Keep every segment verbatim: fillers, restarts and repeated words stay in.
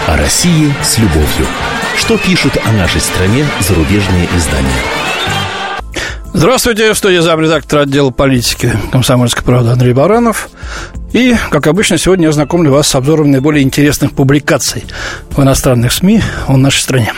О России с любовью. Что пишут о нашей стране зарубежные издания? Здравствуйте, в студии замредактора отдела политики «Комсомольской правды» Андрей Баранов. И, как обычно, сегодня я знакомлю вас с обзором наиболее интересных публикаций в иностранных СМИ о нашей стране.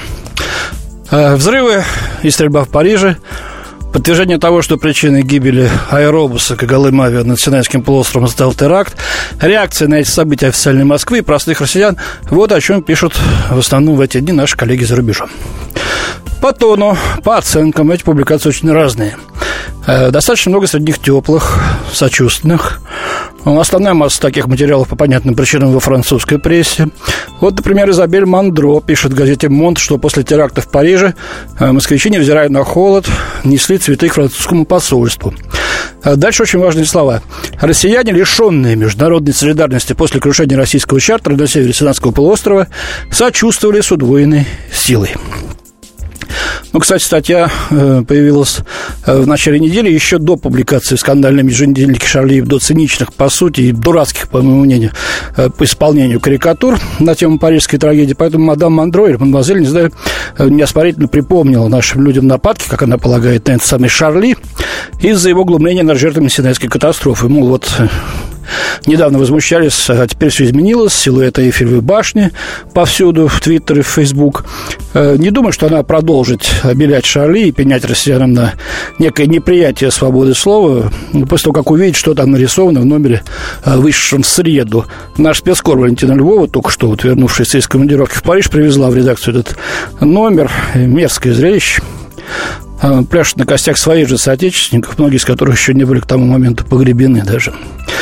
Взрывы и стрельба в Париже. Подтверждение того, что причиной гибели аэробуса Когалым авиа над Синайским полуостровом стал теракт. Реакция на эти события официальной Москвы и простых россиян. Вот о чем пишут в основном в эти дни наши коллеги за рубежом. По тону, по оценкам, эти публикации очень разные. Достаточно много среди них теплых, сочувственных. Основная масса таких материалов по понятным причинам во французской прессе. Вот, например, Изабель Мандро пишет в газете «Монт», что после теракта в Париже москвичи, невзирая на холод, несли цветы к французскому посольству. Дальше очень важные слова. Россияне, лишенные международной солидарности после крушения российского чартера на севере Синайского полуострова, сочувствовали с удвоенной силой. Ну, кстати, статья э, появилась э, в начале недели, еще до публикации в скандальном еженедельнике «Шарли Эбдо» циничных, по сути, и дурацких, по моему мнению, э, по исполнению карикатур на тему парижской трагедии. Поэтому мадам Мандро, или мадемуазель, не знаю, э, неоспорительно припомнила нашим людям нападки, как она полагает, на этот самый Шарли, из-за его глумления над жертвами Синайской катастрофы. Мол, вот... Недавно возмущались, а теперь все изменилось. Силуэт Эйфелевой башни повсюду, в Твиттер и в Фейсбук. Не думаю, что она продолжит обелять Шарли и пенять россиянам на некое неприятие свободы слова, после того, как увидит, что там нарисовано в номере, вышедшем в среду. Наш спецкор Валентина Львова, только что вот вернувшаяся из командировки в Париж, привезла в редакцию этот номер. Мерзкое зрелище. Пляшут на костях своих же соотечественников, многие из которых еще не были к тому моменту погребены даже.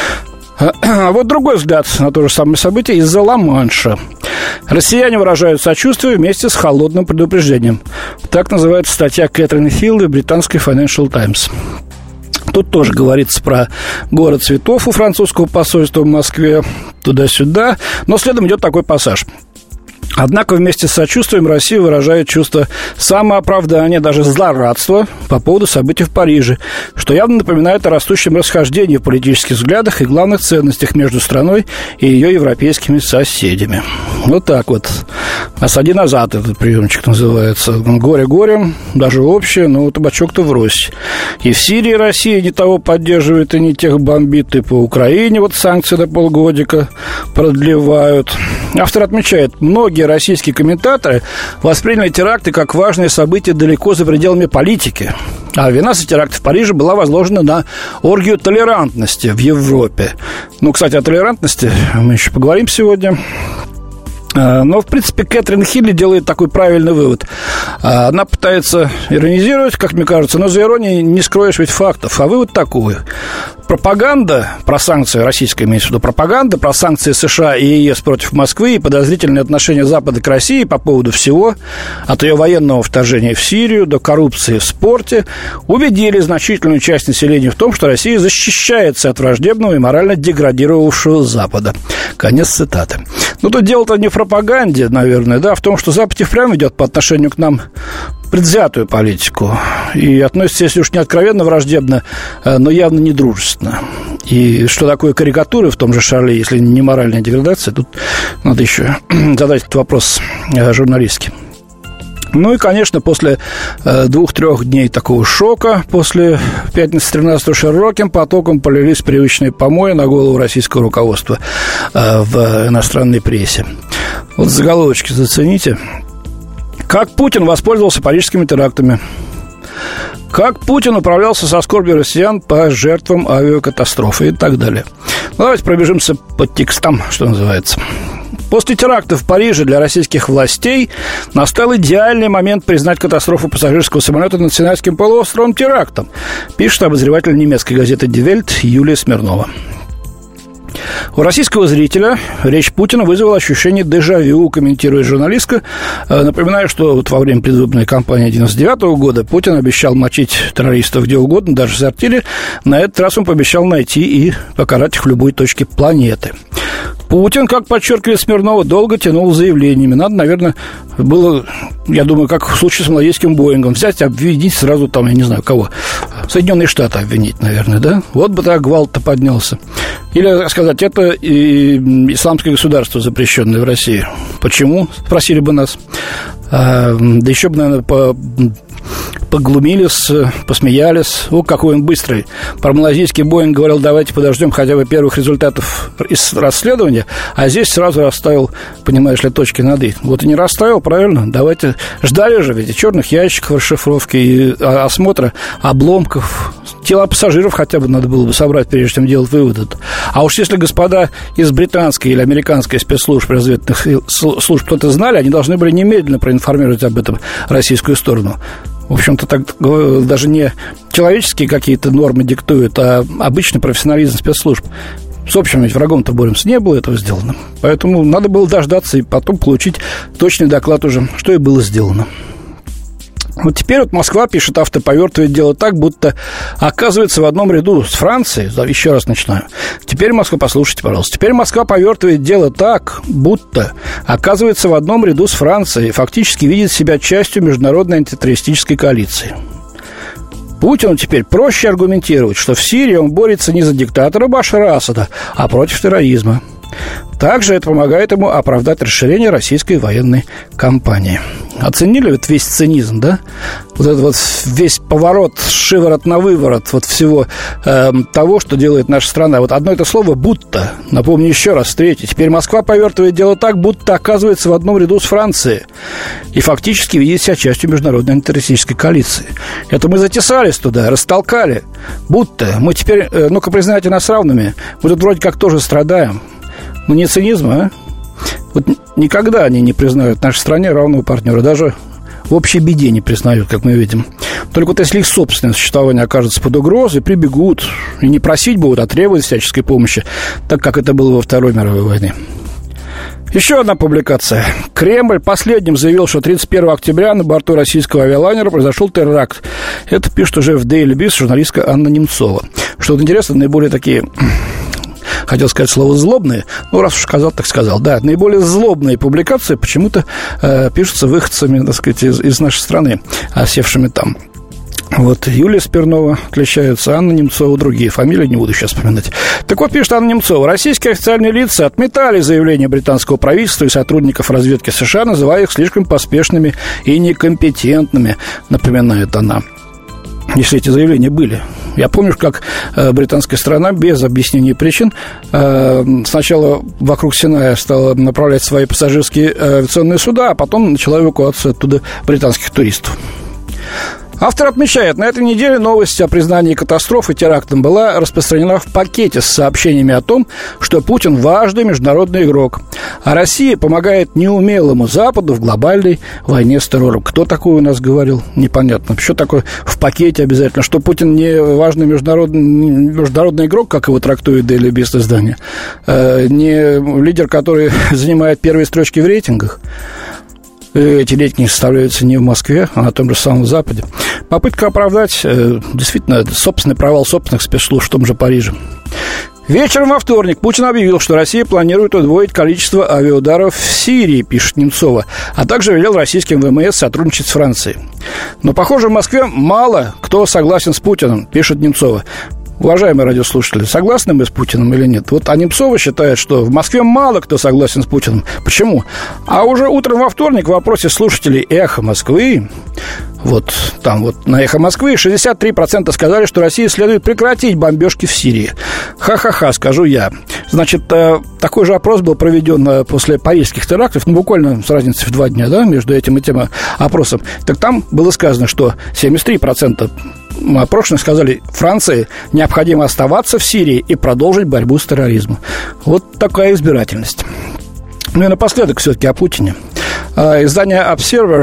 А вот другой взгляд на то же самое событие из-за Ла-Манша. Россияне выражают сочувствие вместе с холодным предупреждением. Так называется статья Кэтрин Филда британской Financial Times. Тут тоже говорится про город цветов у французского посольства в Москве, туда-сюда. Но следом идет такой пассаж. Однако вместе с сочувствием Россия выражает чувство самооправдания, даже злорадства по поводу событий в Париже, что явно напоминает о растущем расхождении в политических взглядах и главных ценностях между страной и ее европейскими соседями. Вот так вот. «Осади назад» этот приемчик называется. Горе горем, даже общее, но табачок-то врозь. И в Сирии Россия не того поддерживает и не тех бомбит, и по Украине вот санкции на полгодика продлевают. Автор отмечает, многие российские комментаторы восприняли теракты как важное событие далеко за пределами политики. А вина за теракт в Париже была возложена на оргию толерантности в Европе. Ну, кстати, о толерантности мы еще поговорим сегодня. Но, в принципе, Кэтрин Хилли делает такой правильный вывод. Она пытается иронизировать, как мне кажется, но за иронией не скроешь ведь фактов. А вывод такой. Пропаганда про санкции, российская имеется в виду, пропаганда про санкции США и ЕС против Москвы и подозрительные отношения Запада к России по поводу всего, от ее военного вторжения в Сирию до коррупции в спорте, убедили значительную часть населения в том, что Россия защищается от враждебного и морально деградировавшего Запада. Конец цитаты. Ну, тут дело-то не в пропаганде, наверное, да, а в том, что Запад и впрямь ведет по отношению к нам предвзятую политику и относится, если уж не откровенно враждебно, но явно недружественно. И что такое карикатуры в том же Шарли, если не моральная деградация, тут надо еще задать этот вопрос журналистке. Ну и, конечно, после э, двух-трех дней такого шока, после пятницы тринадцатого широким потоком полились привычные помои на голову российского руководства э, в иностранной прессе. Вот заголовочки зацените. Как Путин воспользовался парижскими терактами? Как Путин управлялся со скорбью россиян по жертвам авиакатастрофы и так далее. Ну, давайте пробежимся по текстам, что называется. После теракта в Париже для российских властей настал идеальный момент признать катастрофу пассажирского самолета над Синайским полуостровом терактом, пишет обозреватель немецкой газеты Die Welt Юлия Смирнова. У российского зрителя речь Путина вызвала ощущение дежавю, комментирует журналистка. Напоминаю, что вот во время предвыборной кампании девяносто девятого года Путин обещал мочить террористов где угодно, даже в сортире. На этот раз он пообещал найти и покарать их в любой точке планеты. Путин, как подчеркивает Смирнова, долго тянул заявлениями. Надо, наверное, было, я думаю, как в случае с малоейским Боингом, взять, обвинить сразу там, я не знаю, кого, Соединенные Штаты обвинить, наверное, да? Вот бы так гвалт-то поднялся. Или сказать, это и исламское государство, запрещенное в России. Почему? Спросили бы нас. А, да еще бы, наверное, по... поглумились, посмеялись. О, какой он быстрый. Про малазийский Боинг говорил, давайте подождем хотя бы первых результатов из расследования, а здесь сразу расставил, понимаешь ли, точки над «и». Вот и не расставил, правильно? Давайте. Ждали же ведь и черных ящиков расшифровки, и осмотра обломков. Тела пассажиров хотя бы надо было бы собрать, прежде чем делать выводы. А уж если господа из британской или американской спецслужб, разведных служб кто-то знали, они должны были немедленно проинформировать об этом российскую сторону. В общем-то, так даже не человеческие какие-то нормы диктуют, а обычный профессионализм спецслужб. С общим ведь врагом-то боремся, не было этого сделано. Поэтому надо было дождаться и потом получить точный доклад уже, что и было сделано. Вот теперь вот Москва, пишет автор, повертывает дело так, будто оказывается в одном ряду с Францией. Еще раз начинаю. Теперь Москва, послушайте, пожалуйста. Теперь Москва повертывает дело так, будто оказывается в одном ряду с Францией, фактически видит себя частью международной антитеррористической коалиции. Путину теперь проще аргументировать, что в Сирии он борется не за диктатора Башара Асада, а против терроризма. Также это помогает ему оправдать расширение российской военной кампании. Оценили вот весь цинизм, да? Вот этот вот весь поворот шиворот на выворот вот всего э, того, что делает наша страна. Вот одно это слово «будто». Напомню еще раз, третье. Теперь Москва повертывает дело так, будто оказывается в одном ряду с Францией. И фактически видит себя частью международной антитеррористической коалиции. Это мы затесались туда, растолкали. Будто. Мы теперь, э, ну-ка, признайте нас равными. Мы тут вроде как тоже страдаем. Ну, не цинизм, а? Вот никогда они не признают в нашей стране равного партнера. Даже в общей беде не признают, как мы видим. Только вот если их собственное существование окажется под угрозой, прибегут. И не просить будут, а требовать всяческой помощи, так как это было во Второй мировой войне. Еще одна публикация. Кремль последним заявил, что тридцать первого октября на борту российского авиалайнера произошел теракт. Это пишет уже в Daily Beast журналистка Анна Немцова. Что вот интересно, наиболее такие... Хотел сказать слово «злобные», ну, раз уж сказал, так сказал. Да, наиболее злобные публикации почему-то э, пишутся выходцами, так сказать, из, из нашей страны, осевшими там. Вот Юлия Смирнова отличается, Анна Немцова, другие фамилии не буду сейчас вспоминать. Так вот, пишет Анна Немцова, российские официальные лица отметали заявления британского правительства и сотрудников разведки США, называя их слишком поспешными и некомпетентными, напоминает она. Если эти заявления были. Я помню, как э, британская страна без объяснения причин э, сначала вокруг Синая стала направлять свои пассажирские э, авиационные суда, а потом начала эвакуацию оттуда британских туристов. Автор отмечает, на этой неделе новость о признании катастрофы терактом была распространена в пакете с сообщениями о том, что Путин важный международный игрок, а Россия помогает неумелому Западу в глобальной войне с террором. Кто такой у нас говорил? Непонятно. Что такое в пакете обязательно? Что Путин не важный международный, международный игрок, как его трактует Daily Beast издание? Не лидер, который занимает первые строчки в рейтингах? Эти рейтинги составляются не в Москве, а на том же самом Западе. Попытка оправдать, э, действительно, собственный провал собственных спецслужб в том же Париже. Вечером во вторник Путин объявил, что Россия планирует удвоить количество авиаударов в Сирии, пишет Немцова, а также велел российским ВМС сотрудничать с Францией. Но, похоже, в Москве мало кто согласен с Путиным, пишет Немцова. Уважаемые радиослушатели, согласны мы с Путиным или нет? Вот а Немцова считает, что в Москве мало кто согласен с Путиным. Почему? А уже утром во вторник в вопросе слушателей «Эхо Москвы», вот там вот на «Эхо Москвы» шестьдесят три процента сказали, что России следует прекратить бомбежки в Сирии. Ха-ха-ха, скажу я. Значит, такой же опрос был проведен после парижских терактов, ну, буквально с разницей в два дня, да, между этим и тем опросом. Так там было сказано, что семьдесят три процента опрошенных сказали, Франции необходимо оставаться в Сирии и продолжить борьбу с терроризмом. Вот такая избирательность. Ну и напоследок все-таки о Путине. Издание Observer,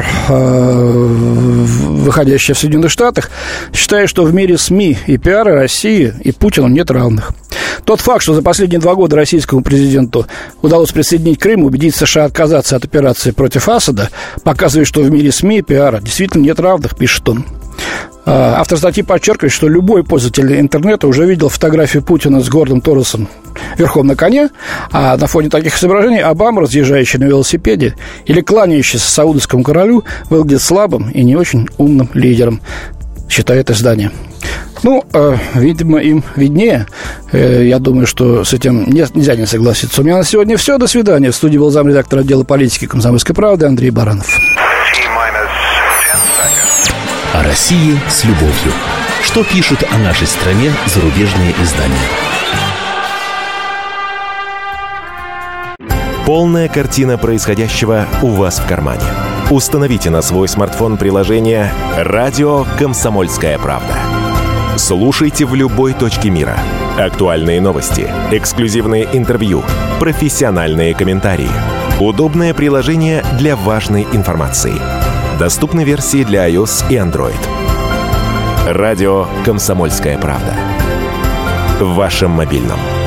выходящее в Соединенных Штатах, считает, что в мире СМИ и пиара России и Путину нет равных. Тот факт, что за последние два года российскому президенту удалось присоединить Крым, убедить США отказаться от операции против Асада, показывает, что в мире СМИ и пиара действительно нет равных, пишет он. Автор статьи подчеркивает, что любой пользователь интернета уже видел фотографию Путина с гордым торсом верхом на коне, а на фоне таких изображений Обама, разъезжающий на велосипеде, или кланяющийся саудовскому королю, выглядит слабым и не очень умным лидером. считает издание. Ну, э, видимо, им виднее. Э, я думаю, что с этим не, нельзя не согласиться. У меня на сегодня все. До свидания. В студии был замредактор отдела политики «Комсомольской правды» Андрей Баранов. О России с любовью. Что пишут о нашей стране зарубежные издания? Полная картина происходящего у вас в кармане. Установите на свой смартфон приложение «Радио Комсомольская правда». Слушайте в любой точке мира. Актуальные новости, эксклюзивные интервью, профессиональные комментарии. Удобное приложение для важной информации. Доступны версии для iOS и Android. Радио «Комсомольская правда». В вашем мобильном.